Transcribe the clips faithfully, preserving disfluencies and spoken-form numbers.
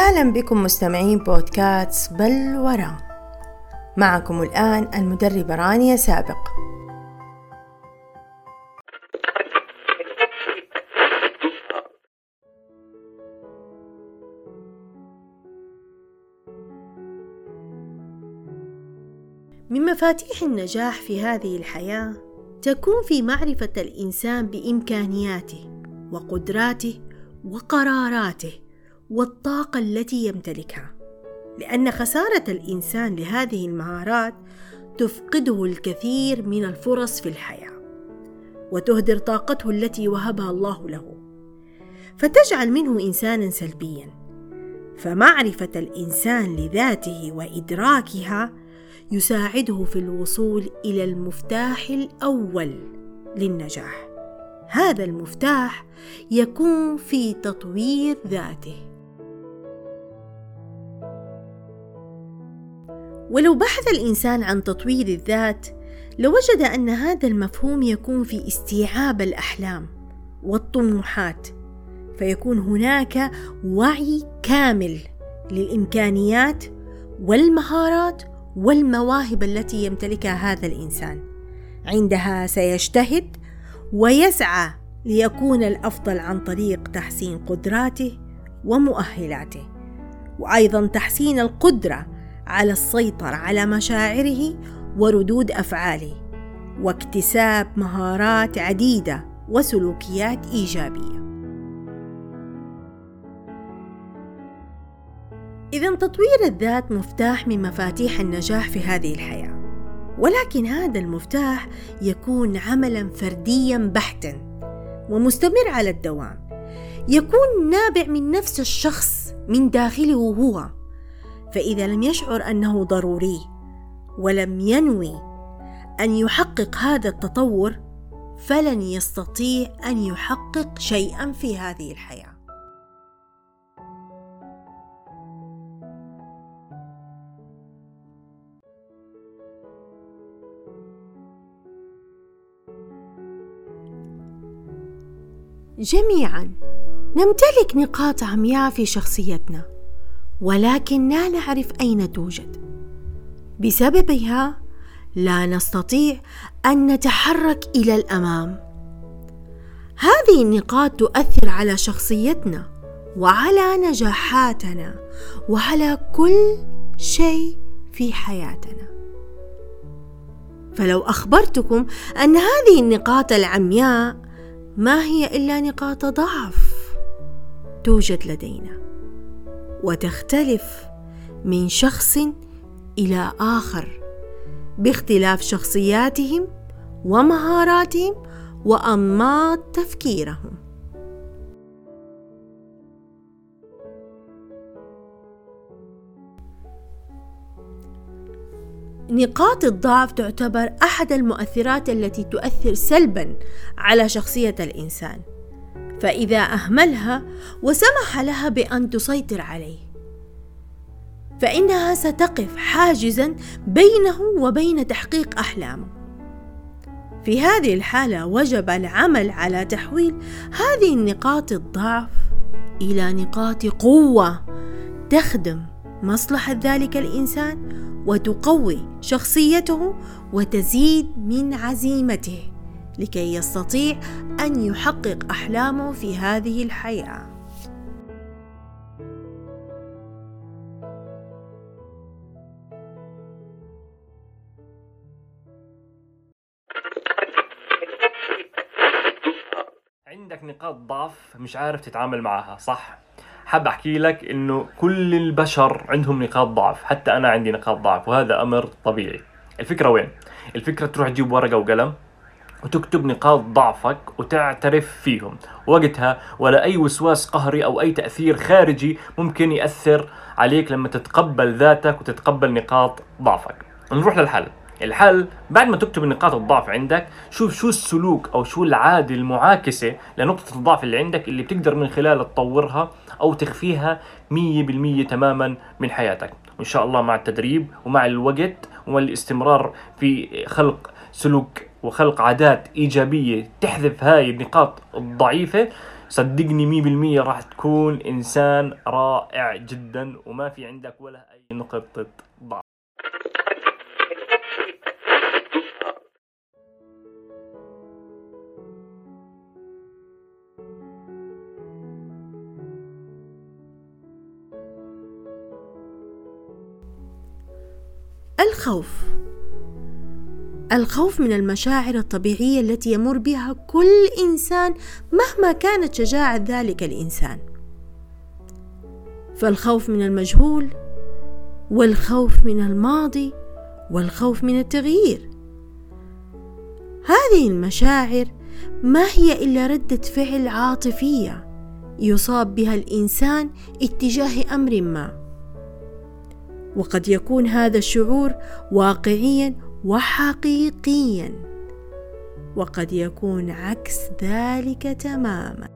أهلا بكم مستمعين بودكاست بلورة. معكم الآن المدربة رانيا سابق. من مفاتيح النجاح في هذه الحياة تكون في معرفة الإنسان بإمكانياته وقدراته وقراراته والطاقة التي يمتلكها، لأن خسارة الإنسان لهذه المهارات تفقده الكثير من الفرص في الحياة وتهدر طاقته التي وهبها الله له، فتجعل منه إنسانا سلبيا. فمعرفة الإنسان لذاته وإدراكها يساعده في الوصول إلى المفتاح الأول للنجاح. هذا المفتاح يكون في تطوير ذاته. ولو بحث الإنسان عن تطوير الذات لوجد أن هذا المفهوم يكون في استيعاب الأحلام والطموحات، فيكون هناك وعي كامل للإمكانيات والمهارات والمواهب التي يمتلكها هذا الإنسان. عندها سيجتهد ويسعى ليكون الأفضل عن طريق تحسين قدراته ومؤهلاته، وأيضا تحسين القدرة على السيطرة على مشاعره وردود أفعاله، واكتساب مهارات عديدة وسلوكيات إيجابية. إذن تطوير الذات مفتاح من مفاتيح النجاح في هذه الحياة، ولكن هذا المفتاح يكون عملا فرديا بحتا ومستمر على الدوام، يكون نابع من نفس الشخص من داخله هو. فإذا لم يشعر أنه ضروري ولم ينوي أن يحقق هذا التطور فلن يستطيع أن يحقق شيئا في هذه الحياة. جميعا نمتلك نقاط عمياء في شخصيتنا، ولكن لا نعرف أين توجد. بسببها لا نستطيع أن نتحرك إلى الأمام. هذه النقاط تؤثر على شخصيتنا وعلى نجاحاتنا وعلى كل شيء في حياتنا. فلو أخبرتكم أن هذه النقاط العمياء ما هي إلا نقاط ضعف توجد لدينا، وتختلف من شخص إلى آخر باختلاف شخصياتهم ومهاراتهم وأنماط تفكيرهم. نقاط الضعف تعتبر أحد المؤثرات التي تؤثر سلباً على شخصية الإنسان، فإذا أهملها وسمح لها بأن تسيطر عليه فإنها ستقف حاجزاً بينه وبين تحقيق أحلامه. في هذه الحالة وجب العمل على تحويل هذه النقاط الضعف إلى نقاط قوة تخدم مصلحة ذلك الإنسان وتقوي شخصيته وتزيد من عزيمته لكي يستطيع أن يحقق أحلامه في هذه الحياة. عندك نقاط ضعف مش عارف تتعامل معها، صح؟ حاب أحكي لك إنه كل البشر عندهم نقاط ضعف، حتى أنا عندي نقاط ضعف، وهذا أمر طبيعي. الفكرة وين؟ الفكرة تروح تجيب ورقة وقلم وتكتب نقاط ضعفك وتعترف فيهم، وقتها ولا أي وسواس قهري أو أي تأثير خارجي ممكن يأثر عليك لما تتقبل ذاتك وتتقبل نقاط ضعفك. نروح للحل. الحل بعد ما تكتب نقاط الضعف عندك، شوف شو السلوك أو شو العادة المعاكسة لنقطة الضعف اللي عندك اللي بتقدر من خلالها تطورها أو تخفيها مية بالمية تماما من حياتك. وإن شاء الله مع التدريب ومع الوقت والاستمرار في خلق سلوك وخلق عادات إيجابية تحذف هاي النقاط الضعيفة، صدقني مية بالمية راح تكون إنسان رائع جدا وما في عندك ولا أي نقطة ضعف. الخوف. الخوف من المشاعر الطبيعية التي يمر بها كل إنسان مهما كانت شجاعة ذلك الإنسان. فالخوف من المجهول، والخوف من الماضي، والخوف من التغيير. هذه المشاعر ما هي إلا ردة فعل عاطفية يصاب بها الإنسان اتجاه أمر ما، وقد يكون هذا الشعور واقعيا وحقيقيا، وقد يكون عكس ذلك تماما.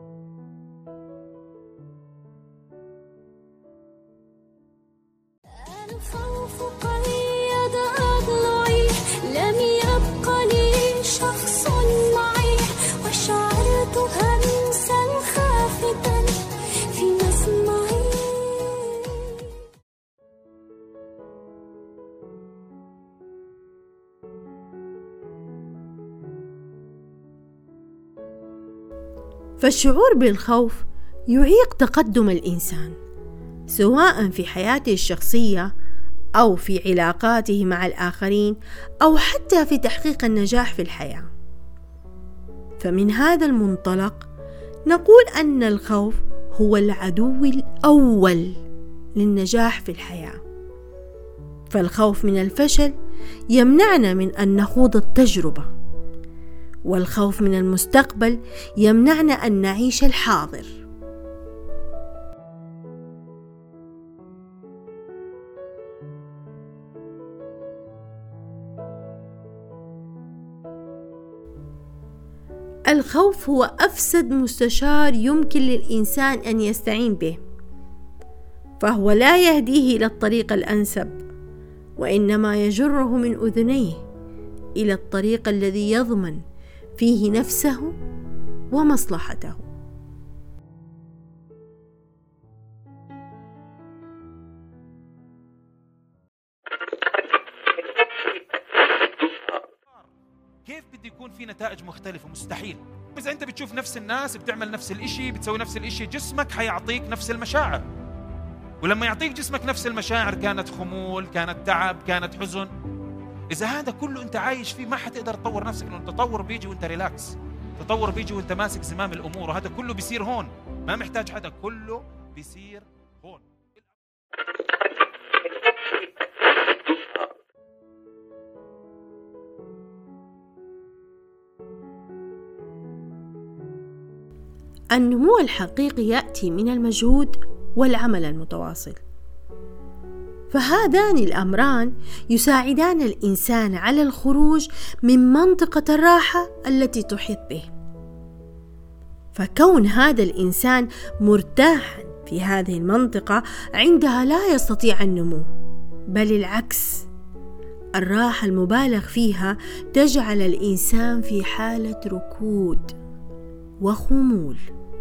الخوف قيد أضلعي، لم يبق لي شخص معي، وشعرت همسا خافتا في مسمعي. فالشعور بالخوف يعيق تقدم الإنسان، سواء في حياته الشخصية أو في علاقاته مع الآخرين أو حتى في تحقيق النجاح في الحياة. فمن هذا المنطلق نقول أن الخوف هو العدو الأول للنجاح في الحياة. فالخوف من الفشل يمنعنا من أن نخوض التجربة، والخوف من المستقبل يمنعنا أن نعيش الحاضر. الخوف هو أفسد مستشار يمكن للإنسان أن يستعين به، فهو لا يهديه إلى الطريق الأنسب، وإنما يجره من أذنيه إلى الطريق الذي يضمن فيه نفسه ومصلحته. كيف بدي يكون في نتائج مختلفة؟ مستحيل. إذا أنت بتشوف نفس الناس بتعمل نفس الإشي، بتسوي نفس الإشي، جسمك حيعطيك نفس المشاعر، ولما يعطيك جسمك نفس المشاعر، كانت خمول، كانت تعب، كانت حزن، إذا هذا كله أنت عايش فيه ما حتقدر تطور نفسك، لأنه التطور بيجي وأنت ريلاكس، التطور بيجي وأنت ماسك زمام الأمور، وهذا كله بيصير هون، ما محتاج حدا، كله بيصير هون. النمو الحقيقي يأتي من المجهود والعمل المتواصل، فهذان الأمران يساعدان الإنسان على الخروج من منطقة الراحة التي تحيط به. فكون هذا الإنسان مرتاحا في هذه المنطقة عندها لا يستطيع النمو، بل العكس، الراحة المبالغ فيها تجعل الإنسان في حالة ركود وخمول،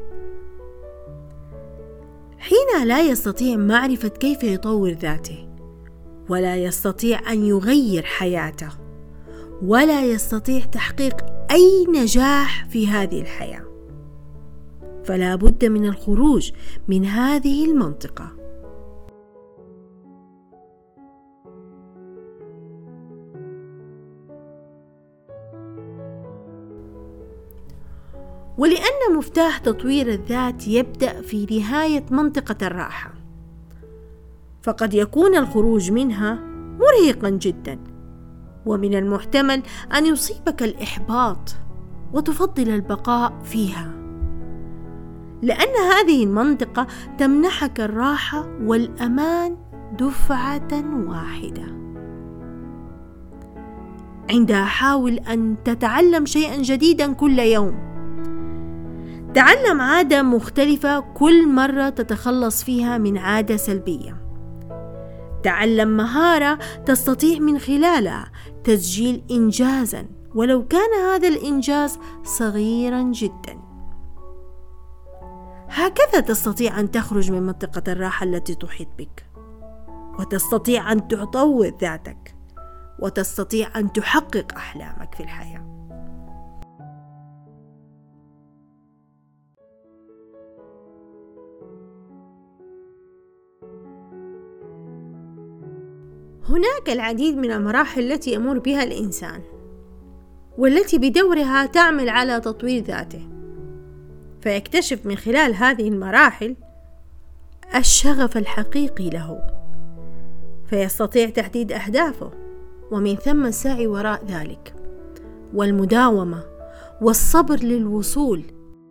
حين لا يستطيع معرفة كيف يطور ذاته، ولا يستطيع أن يغير حياته، ولا يستطيع تحقيق أي نجاح في هذه الحياة. فلا بد من الخروج من هذه المنطقة. ولأن مفتاح تطوير الذات يبدأ في نهاية منطقة الراحة، فقد يكون الخروج منها مرهقا جدا، ومن المحتمل أن يصيبك الإحباط وتفضل البقاء فيها، لأن هذه المنطقة تمنحك الراحة والأمان دفعة واحدة. عندها حاول أن تتعلم شيئا جديدا كل يوم، تعلم عادة مختلفة كل مرة تتخلص فيها من عادة سلبية، تعلم مهارة تستطيع من خلالها تسجيل إنجازا ولو كان هذا الإنجاز صغيرا جدا. هكذا تستطيع أن تخرج من منطقة الراحة التي تحيط بك، وتستطيع أن تطور ذاتك، وتستطيع أن تحقق أحلامك في الحياة. هناك العديد من المراحل التي يمر بها الإنسان، والتي بدورها تعمل على تطوير ذاته، فيكتشف من خلال هذه المراحل الشغف الحقيقي له، فيستطيع تحديد أهدافه، ومن ثم السعي وراء ذلك، والمداومة والصبر للوصول.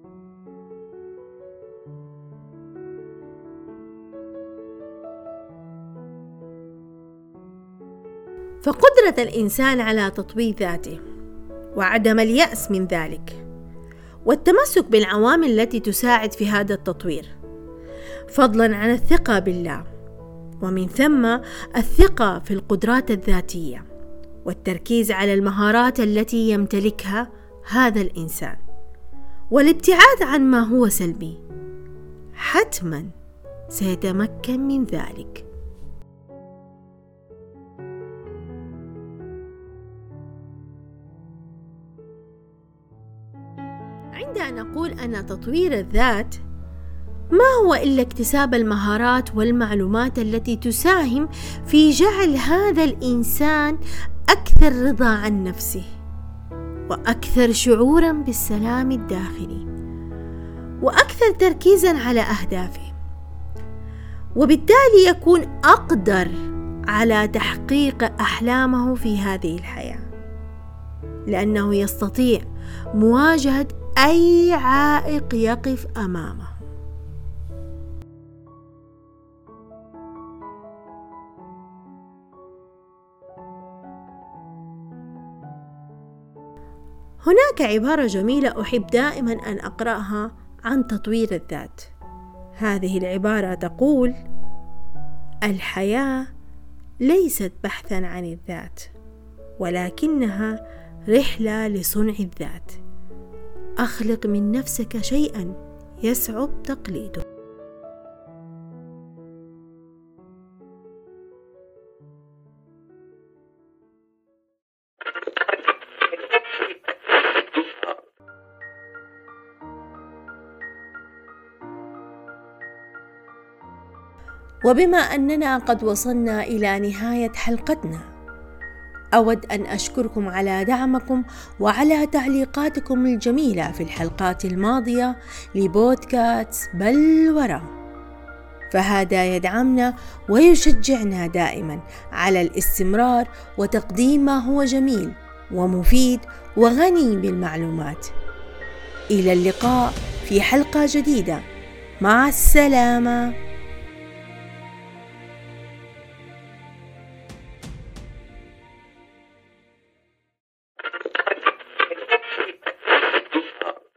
فقدرة الإنسان على تطوير ذاته وعدم اليأس من ذلك، والتمسك بالعوامل التي تساعد في هذا التطوير، فضلا عن الثقة بالله، ومن ثم الثقة في القدرات الذاتية، والتركيز على المهارات التي يمتلكها هذا الإنسان، والابتعاد عن ما هو سلبي، حتما سيتمكن من ذلك. عندما نقول أن تطوير الذات ما هو إلا اكتساب المهارات والمعلومات التي تساهم في جعل هذا الإنسان أكثر رضا عن نفسه، وأكثر شعورا بالسلام الداخلي، وأكثر تركيزا على أهدافه، وبالتالي يكون أقدر على تحقيق أحلامه في هذه الحياة، لأنه يستطيع مواجهة أي عائق يقف أمامه. هناك عبارة جميلة أحب دائما أن أقرأها عن تطوير الذات. هذه العبارة تقول: الحياة ليست بحثا عن الذات، ولكنها رحلة لصنع الذات. أخلق من نفسك شيئا يصعب تقليده. وبما أننا قد وصلنا إلى نهاية حلقتنا، أود أن أشكركم على دعمكم وعلى تعليقاتكم الجميلة في الحلقات الماضية لبودكاست بلورة، فهذا يدعمنا ويشجعنا دائما على الاستمرار وتقديم ما هو جميل ومفيد وغني بالمعلومات. إلى اللقاء في حلقة جديدة، مع السلامة.